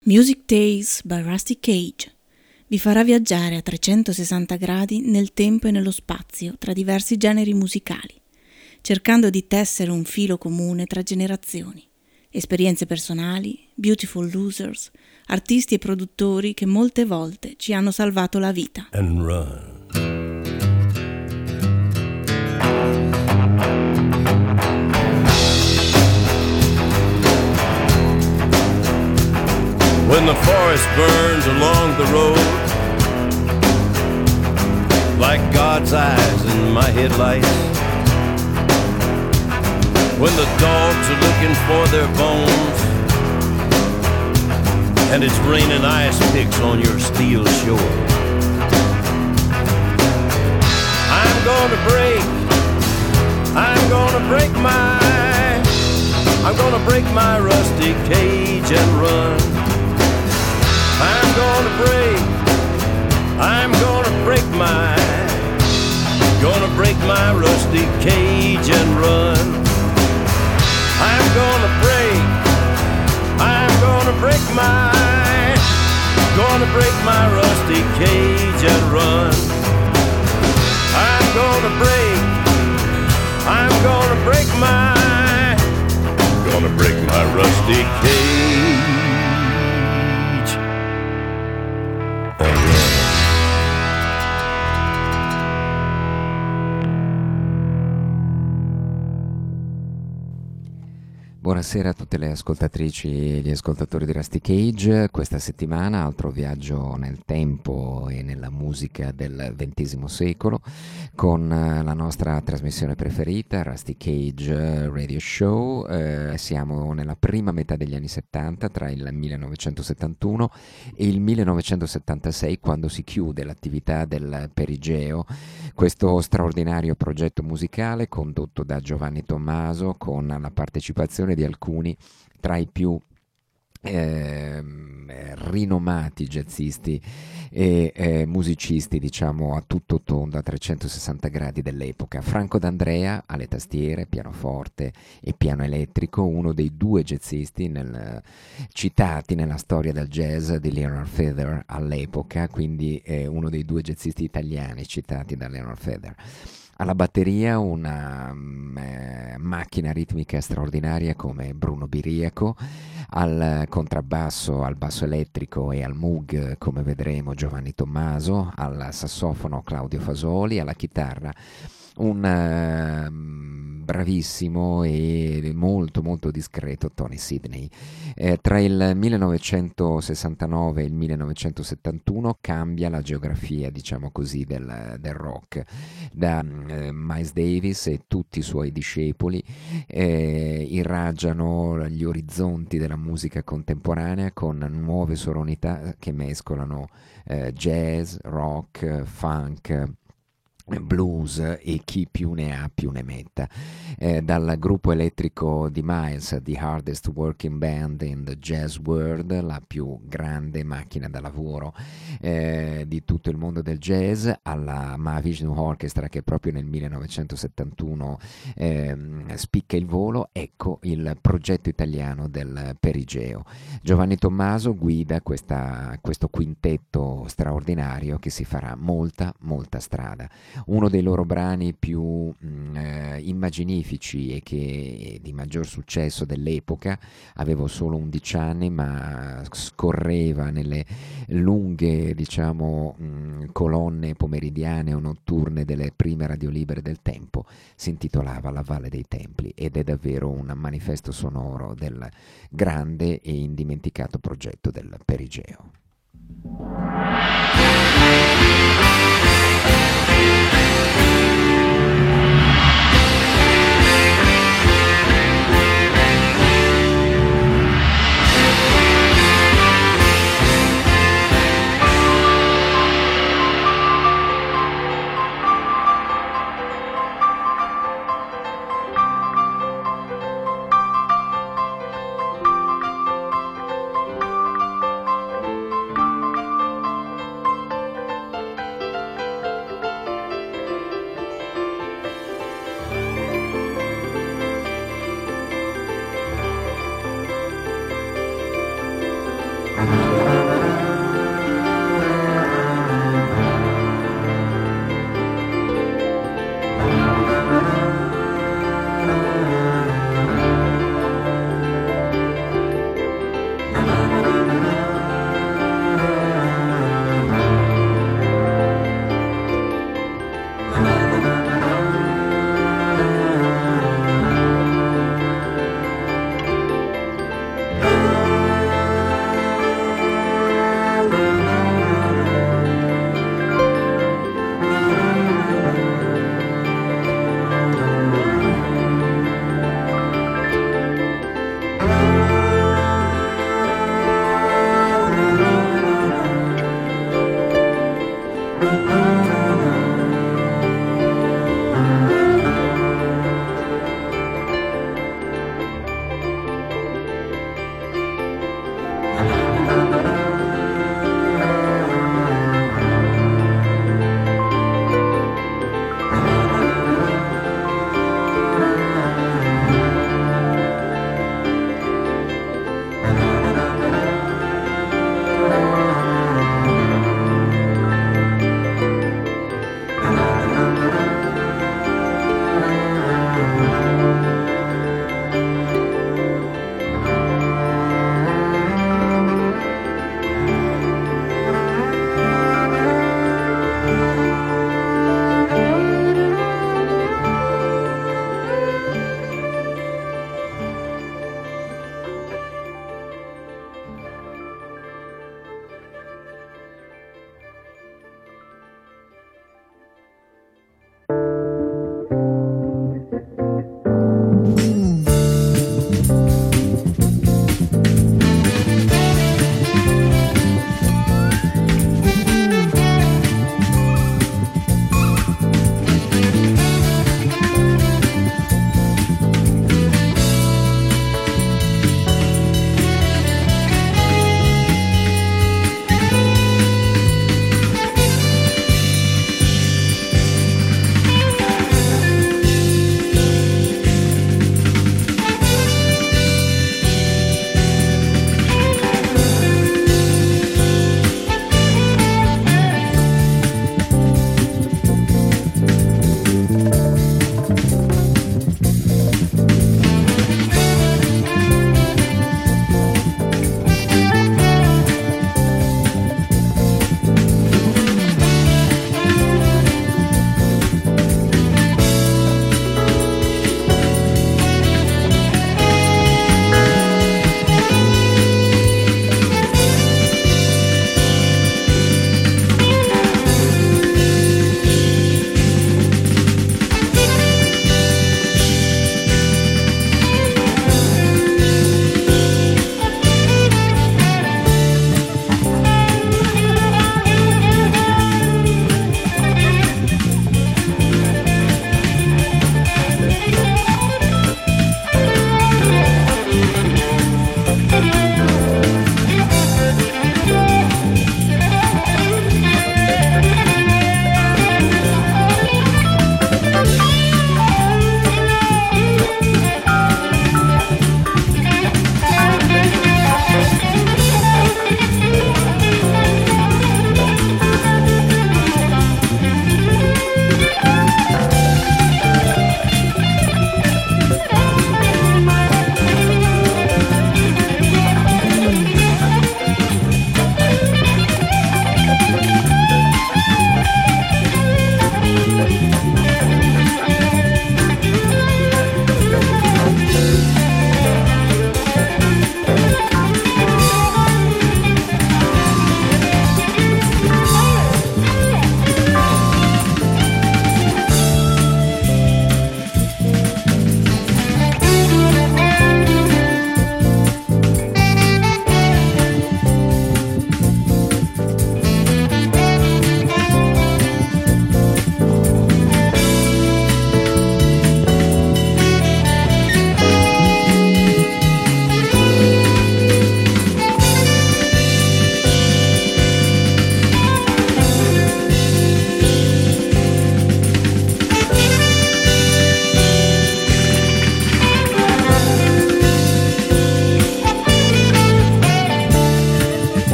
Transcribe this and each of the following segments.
Music Days by Rusty Cage vi farà viaggiare a 360 gradi nel tempo e nello spazio tra diversi generi musicali, cercando di tessere un filo comune tra generazioni, esperienze personali, beautiful losers, artisti e produttori che molte volte ci hanno salvato la vita. And run. When the forest burns along the road, like God's eyes in my headlights, when the dogs are looking for their bones, and it's raining ice picks on your steel shore, I'm gonna break my rusty cage and run. I'm gonna break my rusty cage and run. I'm gonna break my rusty cage and run. I'm gonna break my rusty cage. Buonasera a tutte le ascoltatrici e gli ascoltatori di Rusty Cage. Questa settimana altro viaggio nel tempo e nella musica del XX secolo con la nostra trasmissione preferita, Rusty Cage Radio Show. Siamo nella prima metà degli anni 70, tra il 1971 e il 1976, quando si chiude l'attività del Perigeo, questo straordinario progetto musicale condotto da Giovanni Tommaso con la partecipazione di alcuni tra i più rinomati jazzisti e musicisti, diciamo, a tutto tondo, a 360 gradi dell'epoca. Franco D'Andrea alle tastiere, pianoforte e piano elettrico, uno dei due jazzisti citati nella storia del jazz di Leonard Feather all'epoca, quindi uno dei due jazzisti italiani citati da Leonard Feather. Alla batteria una macchina ritmica straordinaria come Bruno Biriaco, al contrabbasso, al basso elettrico e al Moog, come vedremo, Giovanni Tommaso, al sassofono Claudio Fasoli, alla chitarra un bravissimo e molto molto discreto Tony Sidney. Tra il 1969 e il 1971 cambia la geografia, diciamo così, del rock. Da Miles Davis e tutti i suoi discepoli irraggiano gli orizzonti della musica contemporanea con nuove sonorità che mescolano jazz, rock, funk, blues e chi più ne ha più ne metta. Dal gruppo elettrico di Miles, The Hardest Working Band in the Jazz World, la più grande macchina da lavoro di tutto il mondo del jazz, alla Mahavishnu Orchestra che proprio nel 1971 spicca il volo. Ecco il progetto italiano del Perigeo. Giovanni Tommaso guida questo quintetto straordinario che si farà molta strada. Uno dei loro brani più immaginifici e che di maggior successo dell'epoca, avevo solo 11 anni ma scorreva nelle lunghe, diciamo, colonne pomeridiane o notturne delle prime radiolibere del tempo, si intitolava La Valle dei Templi ed è davvero un manifesto sonoro del grande e indimenticato progetto del Perigeo.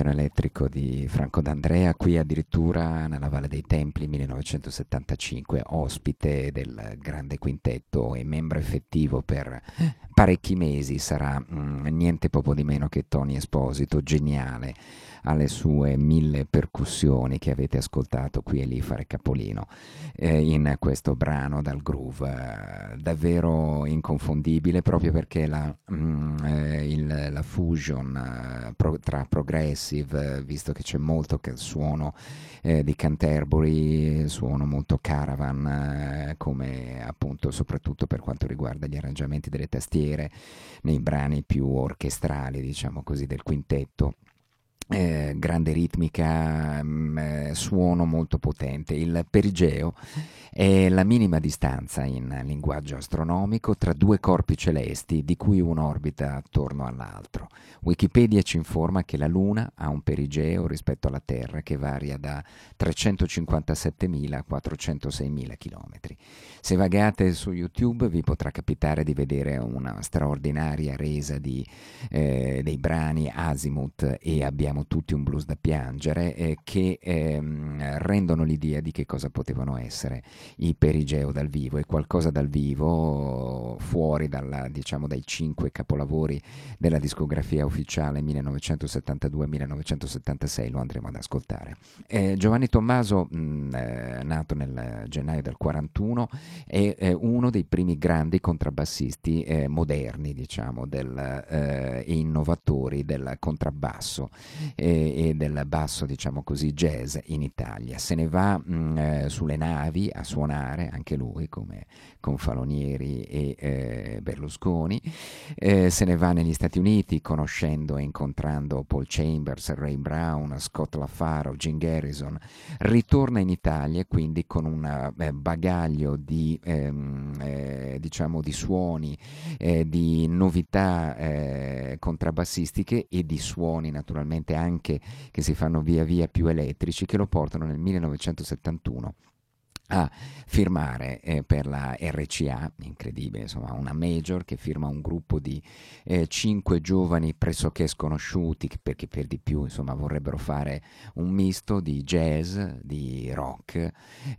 piano elettrico di Franco D'Andrea, qui addirittura nella Valle dei Templi 1975, ospite del grande quintetto e membro effettivo per parecchi mesi, sarà niente poco di meno che Tony Esposito, geniale alle sue 1000 percussioni che avete ascoltato qui e lì fare capolino in questo brano dal groove davvero inconfondibile, proprio perché la fusion tra progressive, visto che c'è molto che suono di Canterbury, suono molto Caravan, come appunto soprattutto per quanto riguarda gli arrangiamenti delle tastiere nei brani più orchestrali, diciamo così, del quintetto. Grande ritmica, suono molto potente. Il perigeo è la minima distanza in linguaggio astronomico tra due corpi celesti di cui uno orbita attorno all'altro. Wikipedia ci informa che la Luna ha un perigeo rispetto alla Terra che varia da 357.000 a 406.000 chilometri. Se vagate su YouTube vi potrà capitare di vedere una straordinaria resa dei brani Azimuth e Abbiamo tutti un blues da piangere che rendono l'idea di che cosa potevano essere i perigeo dal vivo, e qualcosa dal vivo fuori diciamo dai 5 capolavori della discografia ufficiale 1972-1976 lo andremo ad ascoltare. Giovanni Tommaso, nato nel gennaio del 41, è uno dei primi grandi contrabbassisti moderni, diciamo, e innovatori del contrabbasso e del basso, diciamo così, jazz in Italia. Se ne va sulle navi a suonare anche lui, come con Falonieri e Berlusconi, se ne va negli Stati Uniti conoscendo e incontrando Paul Chambers, Ray Brown, Scott LaFaro, Jim Garrison, ritorna in Italia quindi con un bagaglio di diciamo di suoni, di novità contrabbassistiche e di suoni naturalmente anche che si fanno via via più elettrici, che lo portano nel 1971 a firmare per la RCA, incredibile, insomma, una major che firma un gruppo di 5 giovani pressoché sconosciuti, perché per di più, insomma, vorrebbero fare un misto di jazz, di rock,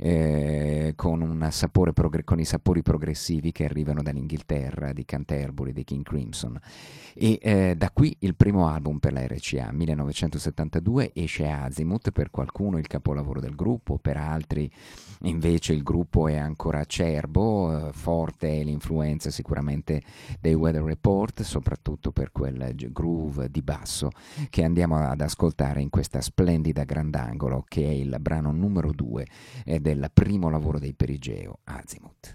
con un sapore con i sapori progressivi che arrivano dall'Inghilterra, di Canterbury, di King Crimson. E da qui il primo album per la RCA, 1972, esce Azimuth, per qualcuno il capolavoro del gruppo, per altri invece il gruppo è ancora acerbo, forte l'influenza sicuramente dei Weather Report, soprattutto per quel groove di basso che andiamo ad ascoltare in questa splendida grandangolo, che è il brano numero 2 del primo lavoro dei Perigeo, Azimuth.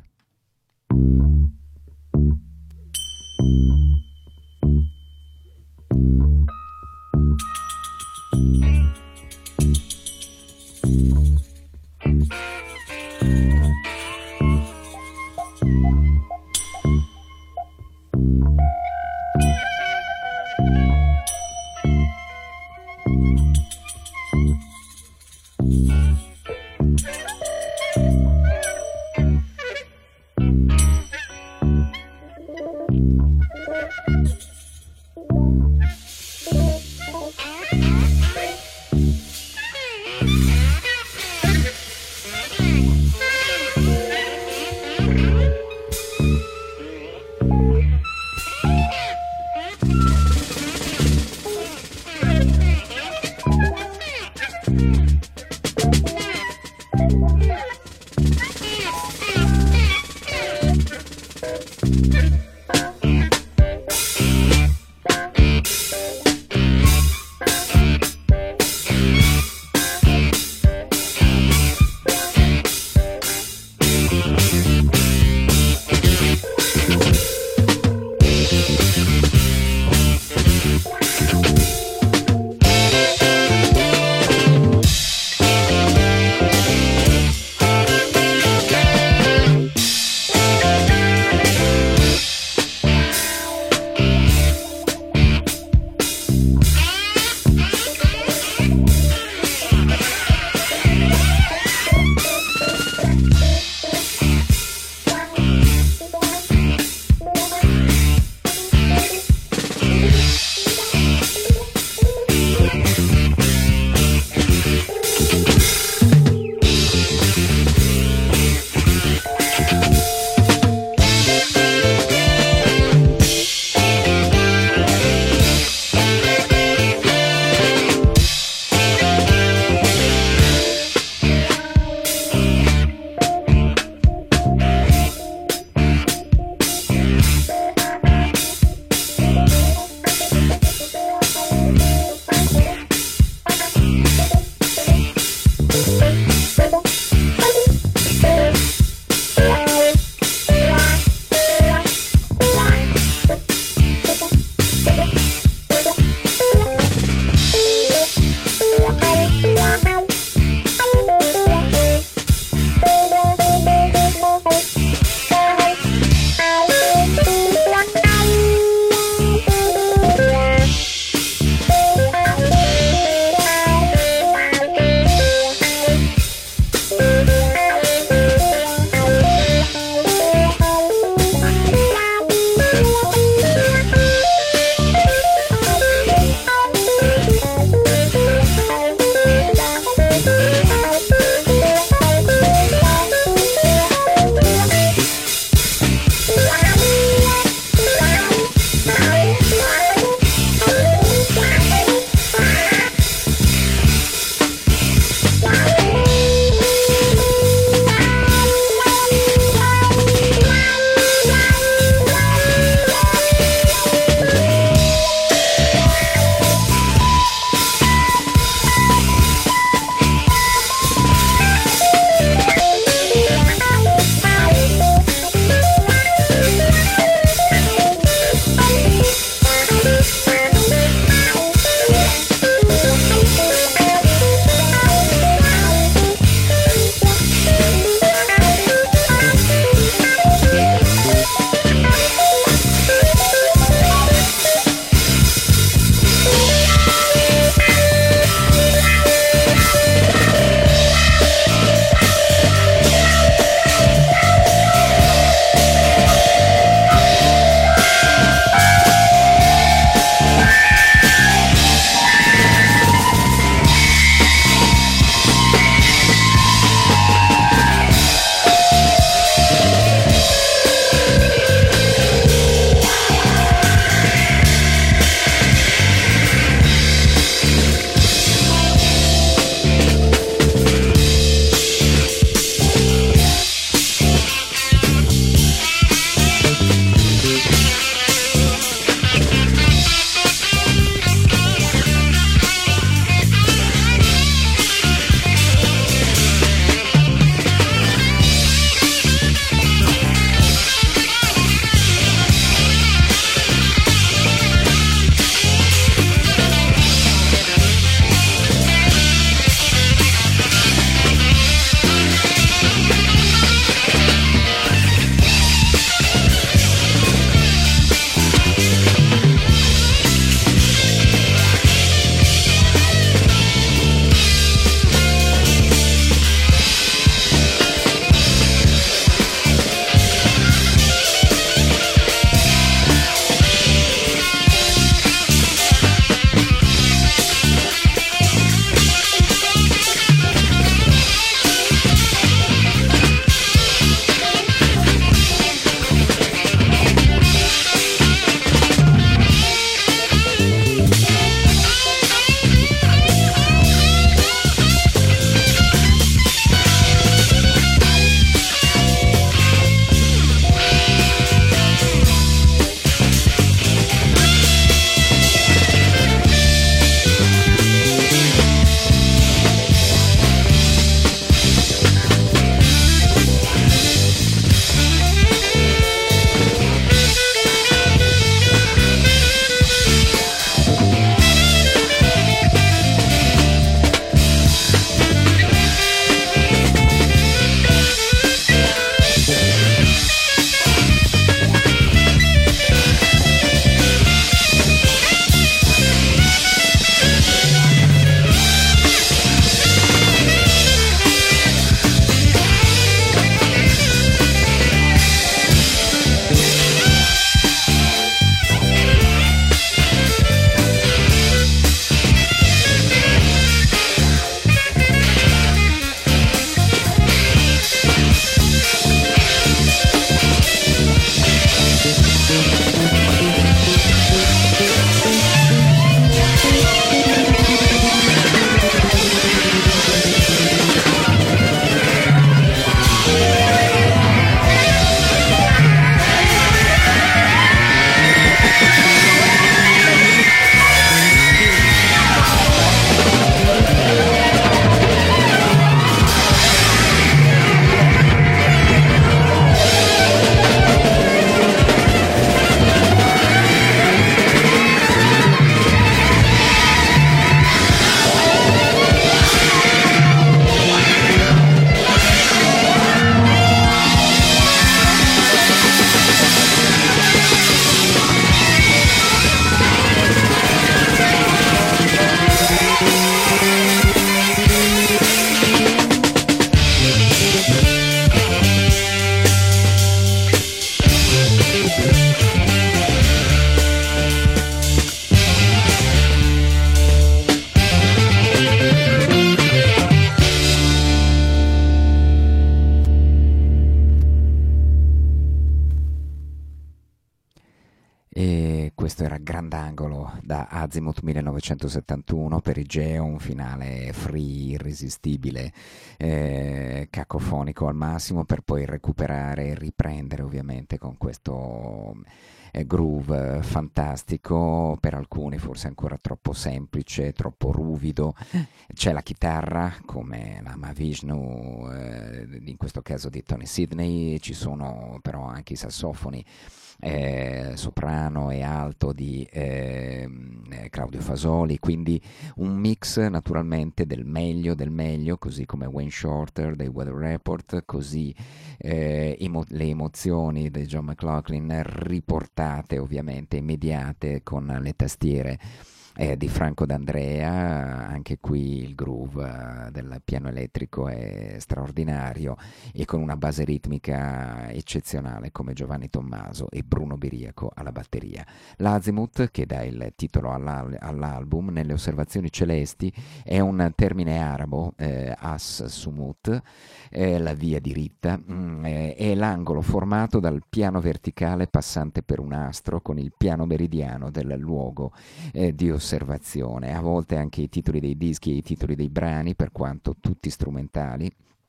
questo era Grandangolo da Azimuth 1971, Perigeo, un finale free, irresistibile, cacofonico al massimo, per poi recuperare e riprendere ovviamente con questo groove fantastico, per alcuni forse ancora troppo semplice, troppo ruvido. C'è la chitarra come la Mahavishnu, in questo caso di Tony Sidney, ci sono però anche i sassofoni soprano e alto di Claudio Fasoli, quindi un mix naturalmente del meglio, così come Wayne Shorter dei Weather Report, così le emozioni di John McLaughlin riportate ovviamente, immediate con le tastiere di Franco D'Andrea. Anche qui il groove del piano elettrico è straordinario, e con una base ritmica eccezionale come Giovanni Tommaso e Bruno Biriaco alla batteria. L'Azimuth, che dà il titolo all'album, nelle osservazioni celesti è un termine arabo, as sumut, la via diritta, è l'angolo formato dal piano verticale passante per un astro con il piano meridiano del luogo di osservazione. A volte anche i titoli dei dischi e i titoli dei brani, per quanto tutti strumentali,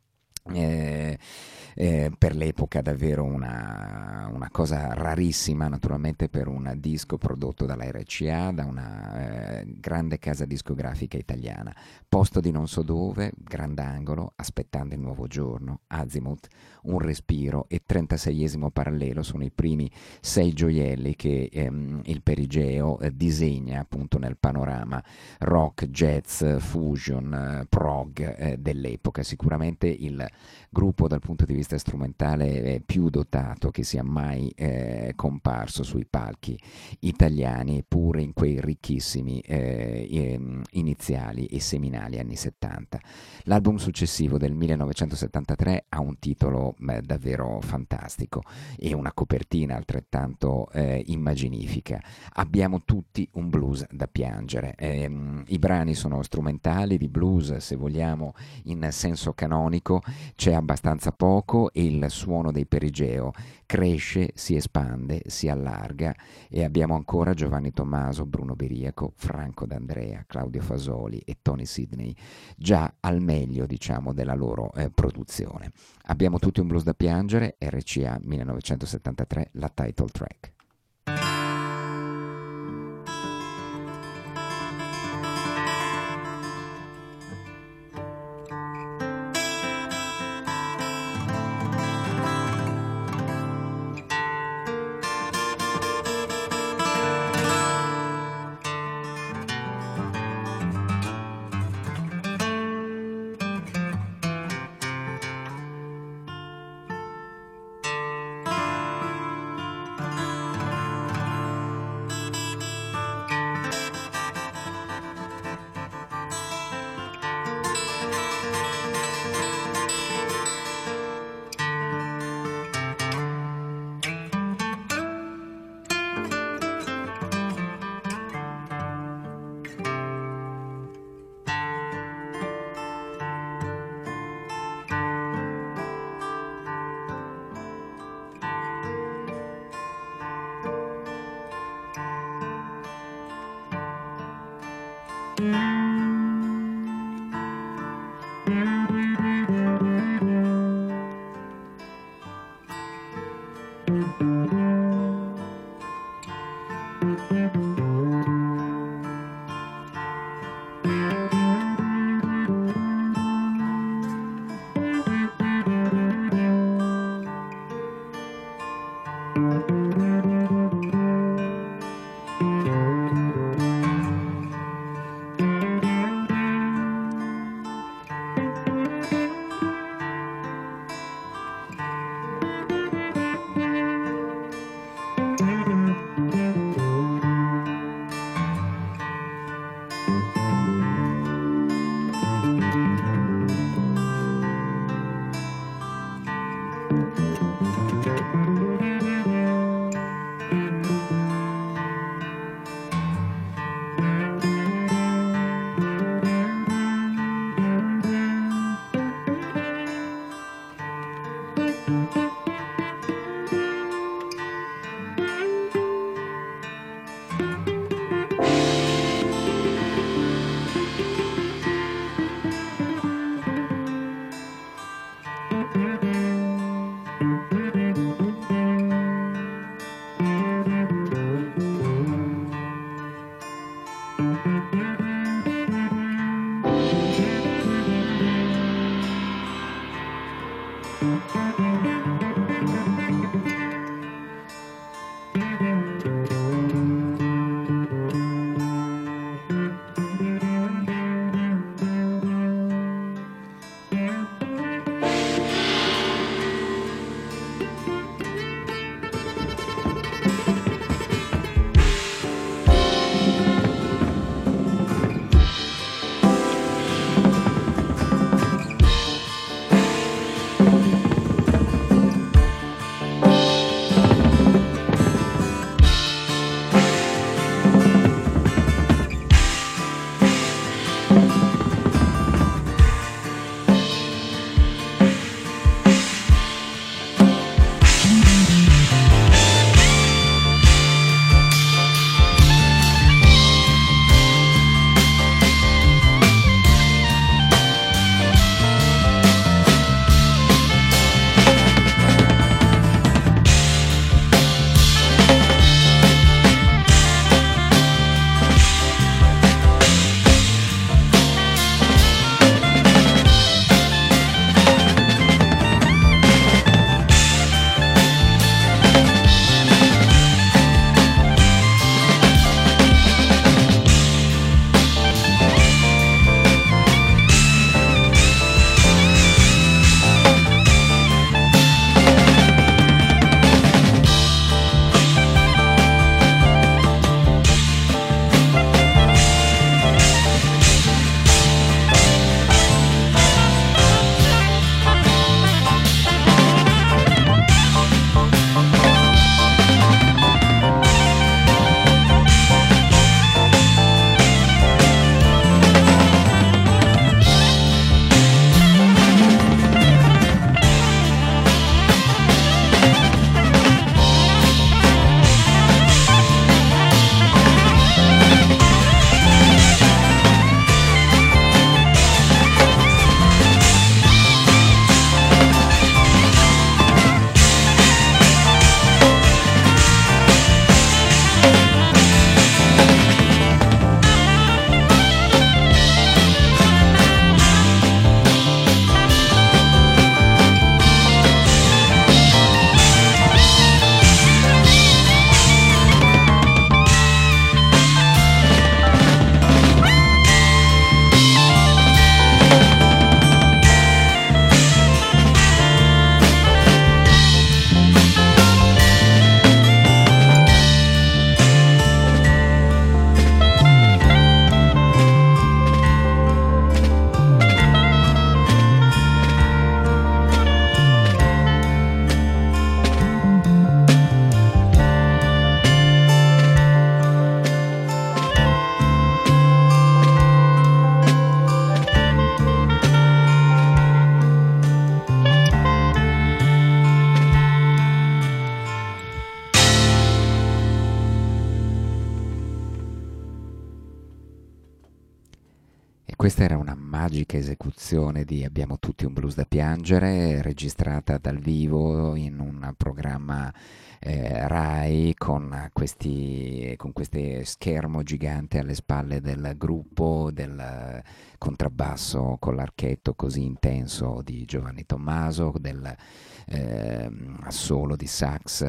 per l'epoca davvero una cosa rarissima, naturalmente, per un disco prodotto dalla RCA, da una grande casa discografica italiana. Posto di non so dove, Grandangolo, Aspettando il nuovo giorno, Azimuth, Un respiro e 36esimo parallelo sono i primi 6 gioielli che il Perigeo disegna appunto nel panorama rock, jazz, fusion, prog dell'epoca. Sicuramente il gruppo dal punto di vista strumentale più dotato che sia mai comparso sui palchi italiani, pure in quei ricchissimi iniziali e seminali anni 70. L'album successivo del 1973 ha un titolo davvero fantastico e una copertina altrettanto immaginifica. Abbiamo tutti un blues da piangere. I brani sono strumentali di blues, se vogliamo, in senso canonico. C'è abbastanza poco e il suono dei Perigeo cresce, si espande, si allarga, e abbiamo ancora Giovanni Tommaso, Bruno Biriaco, Franco D'Andrea, Claudio Fasoli e Tony Sidney già al meglio, diciamo, della loro produzione. Abbiamo tutti un blues da piangere, RCA 1973, la title track. Questa era una magica esecuzione di Abbiamo tutti un blues da piangere, registrata dal vivo in un programma Rai con queste schermo gigante alle spalle del gruppo, del contrabbasso con l'archetto così intenso di Giovanni Tommaso, del assolo di sax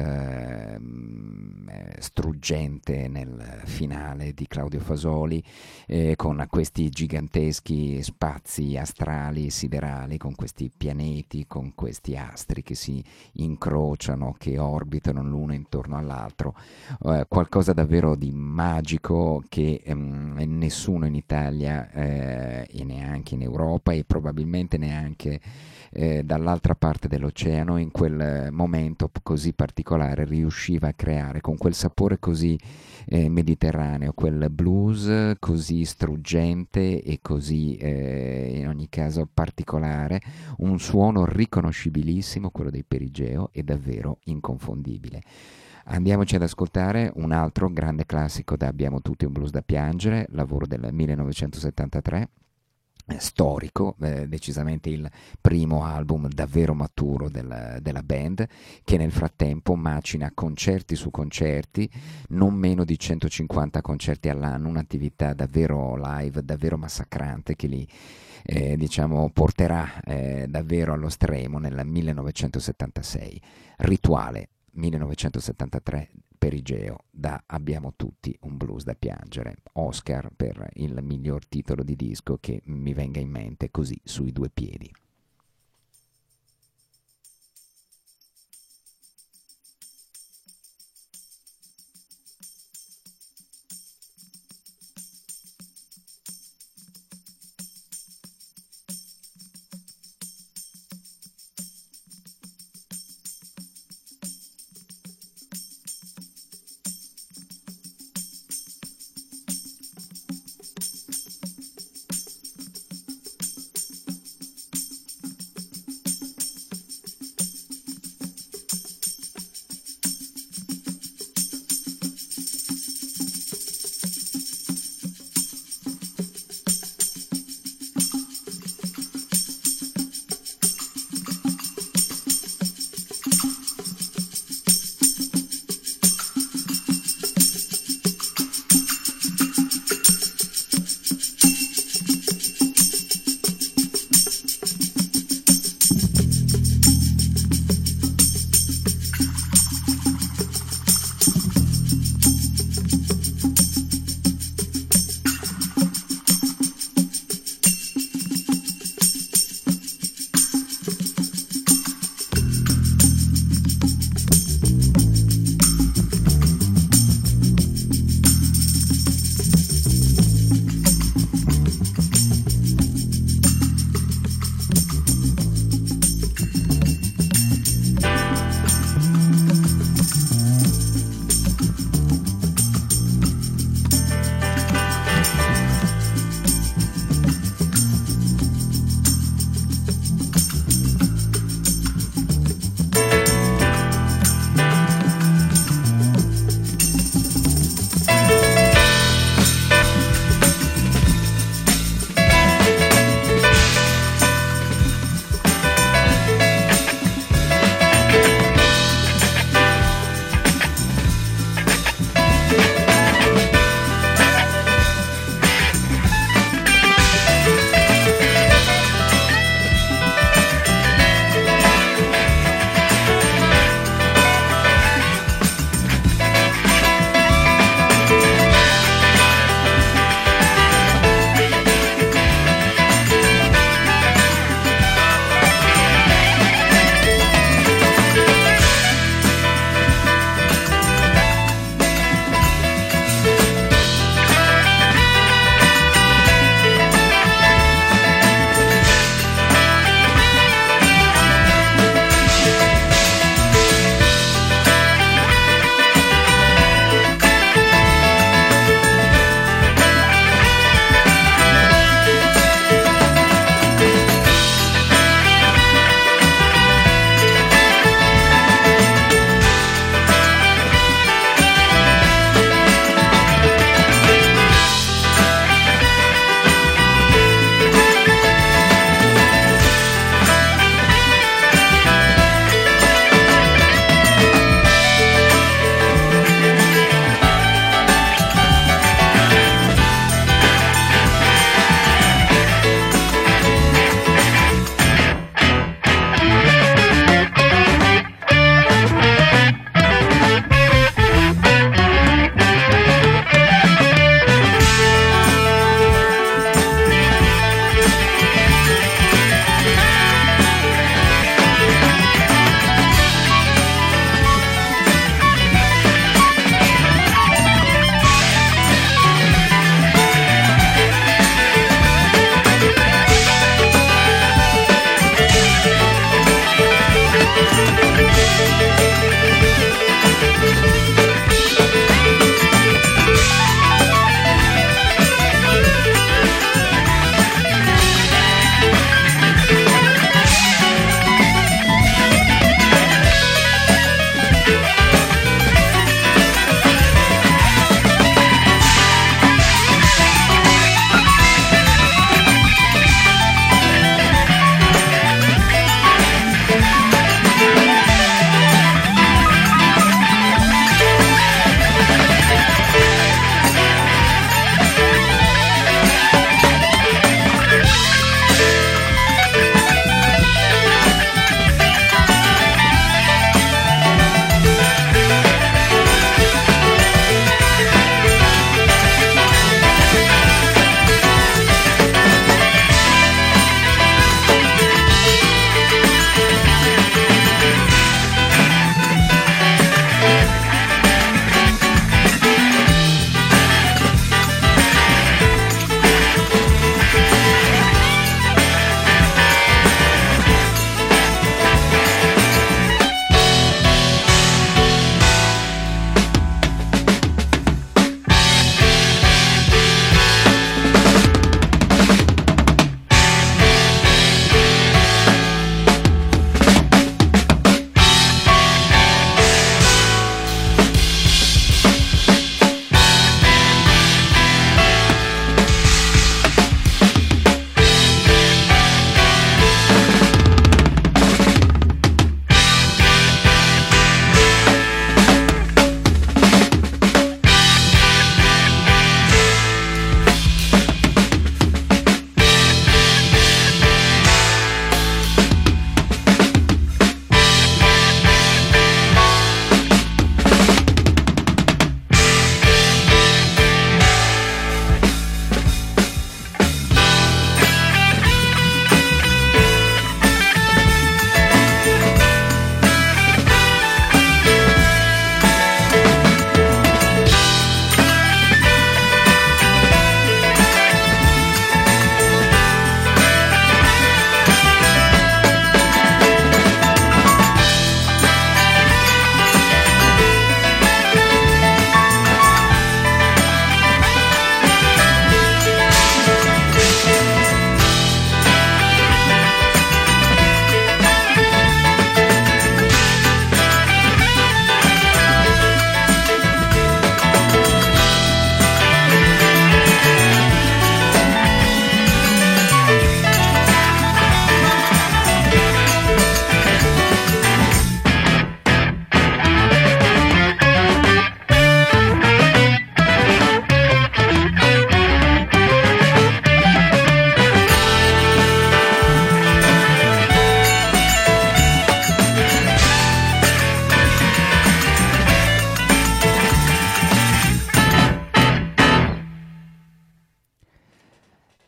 struggente nel finale di Claudio Fasoli, con questi giganteschi spazi astrali, siderali, con questi pianeti, con questi astri che si incrociano, che orbitano l'uno intorno all'altro, qualcosa davvero di magico che nessuno in Italia e neanche in Europa e probabilmente neanche dall'altra parte dell'oceano in quel momento così particolare riusciva a creare, con quel sapore così mediterraneo, quel blues così struggente e così in ogni caso particolare, un suono riconoscibilissimo, quello dei Perigeo, e davvero inconfondibile. Andiamoci ad ascoltare un altro grande classico da Abbiamo tutti un blues da piangere, lavoro del 1973, storico, decisamente il primo album davvero maturo della band, che nel frattempo macina concerti su concerti, non meno di 150 concerti all'anno, un'attività davvero live, davvero massacrante, che li diciamo porterà davvero allo stremo nel 1976. Rituale 1973, Perigeo, da Abbiamo tutti un blues da piangere, Oscar per il miglior titolo di disco che mi venga in mente così sui due piedi.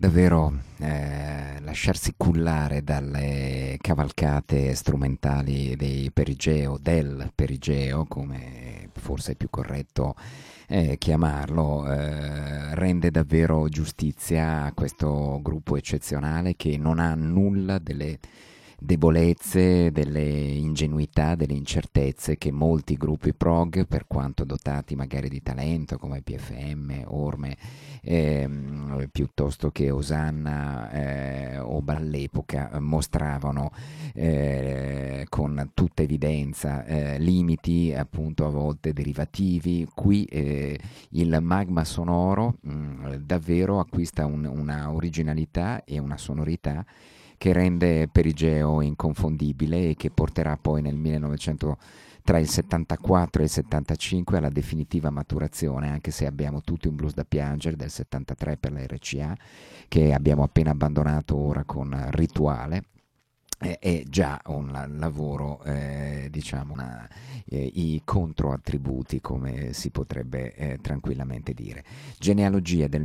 davvero lasciarsi cullare dalle cavalcate strumentali del Perigeo, come forse è più corretto chiamarlo, rende davvero giustizia a questo gruppo eccezionale che non ha nulla delle debolezze, delle ingenuità, delle incertezze che molti gruppi prog, per quanto dotati magari di talento come PFM, Orme, piuttosto che Osanna o all'epoca, mostravano con tutta evidenza limiti, appunto a volte derivativi. Qui il magma sonoro davvero acquista una originalità e una sonorità che rende Perigeo inconfondibile e che porterà poi tra il 74 e il 75 alla definitiva maturazione, anche se abbiamo tutti un blues da piangere del 73 per la RCA, che abbiamo appena abbandonato ora con Rituale. È già un lavoro, diciamo, i controattributi, come si potrebbe tranquillamente dire. Genealogia del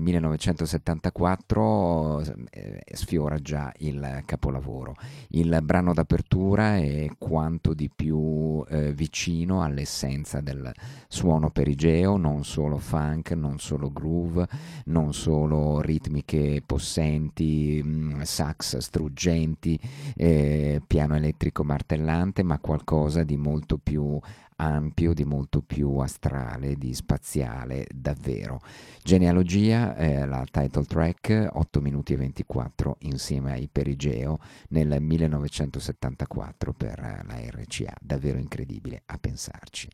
1974 sfiora già il capolavoro. Il brano d'apertura è quanto di più vicino all'essenza del suono perigeo, non solo funk, non solo groove, non solo ritmiche possenti, sax struggenti, piano elettrico martellante, ma qualcosa di molto più ampio, di molto più astrale, di spaziale davvero. Genealogia, la title track, 8 minuti e 24 insieme ai Perigeo nel 1974 per la RCA, davvero incredibile a pensarci.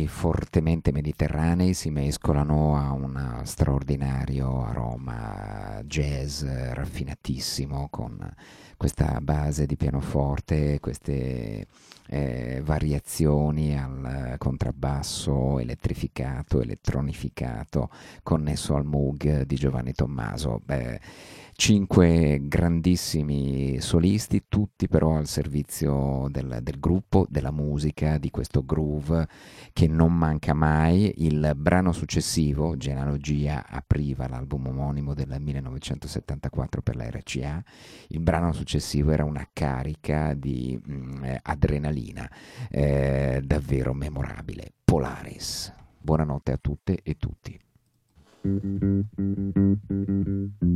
suoni fortemente mediterranei si mescolano a un straordinario aroma jazz raffinatissimo con questa base di pianoforte, queste variazioni al contrabbasso elettrificato, elettronificato, connesso al Moog di Giovanni Tommaso. Cinque grandissimi solisti, tutti però al servizio del gruppo, della musica, di questo groove che non manca mai. Il brano successivo, Genealogia, apriva l'album omonimo del 1974 per la RCA. Il brano successivo era una carica di adrenalina davvero memorabile. Polaris. Buonanotte a tutte e tutti.